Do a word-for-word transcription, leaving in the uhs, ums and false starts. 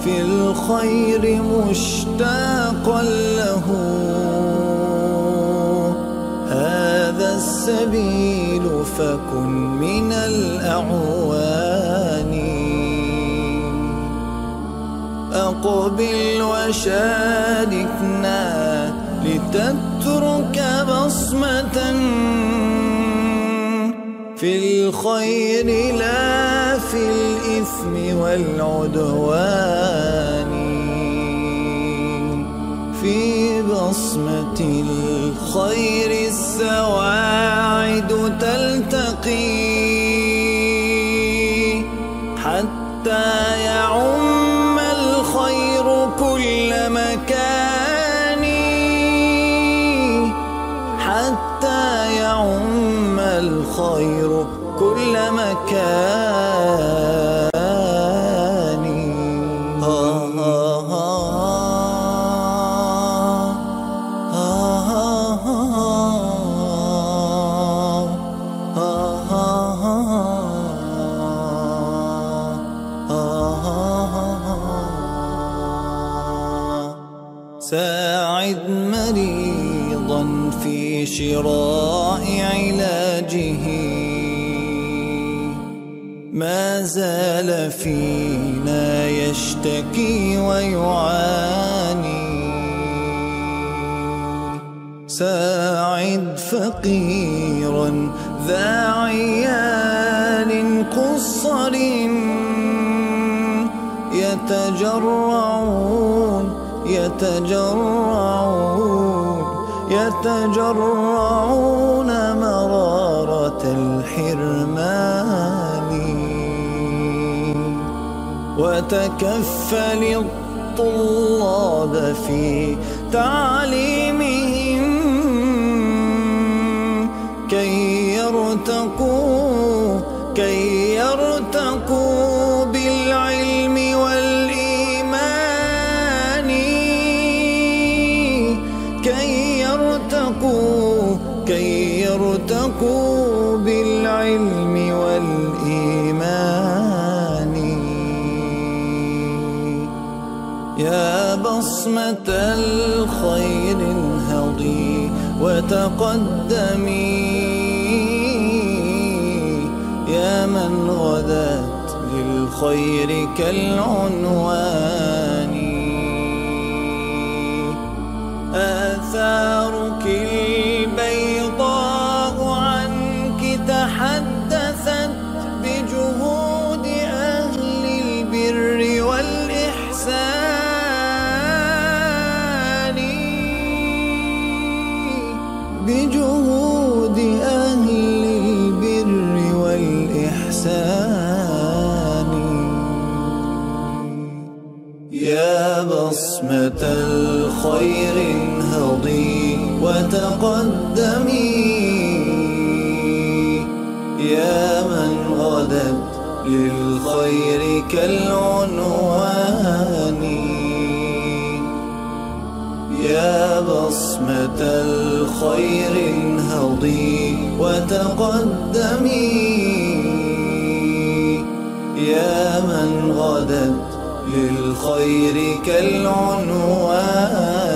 في الخير مشتاقا له. هذا السبيل فكن من الأعوان. أقبل وشاركنا لتترك بصمة في الخير لا في الإثم والعدوان. في بصمة الخير السواعد تلتقي حتى يعم الخير كل مكان. حتى يعم الخير كل مكان. ساعد مريضا في شراء علاجه، ما زال فينا يشتكي ويعاني. ساعد فقيرا ذا عيال قصر يتجرعون يتجرعون يتجرعون مرارة الحرمان. وتكفل الطلاب في تعليمهم كي يرتقوا كي يرتقوا بالعلم والإيمان. كي يرتقوا كي يرتقوا بالعلم والإيمان. يا بصمة الخير انهضي وتقدمي، يا من غدت للخير كالعنوان. آثارك البيضاء عنك تحدثت بجهود أهل البر والإحسان. بجهود أهل البر والإحسان. يا بصمة الخير انهضي وتقدمي، يا من غدت للخير كالعنوان. يا بصمة الخير انهضي وتقدمي، يا من غدت للخير كالعنوان.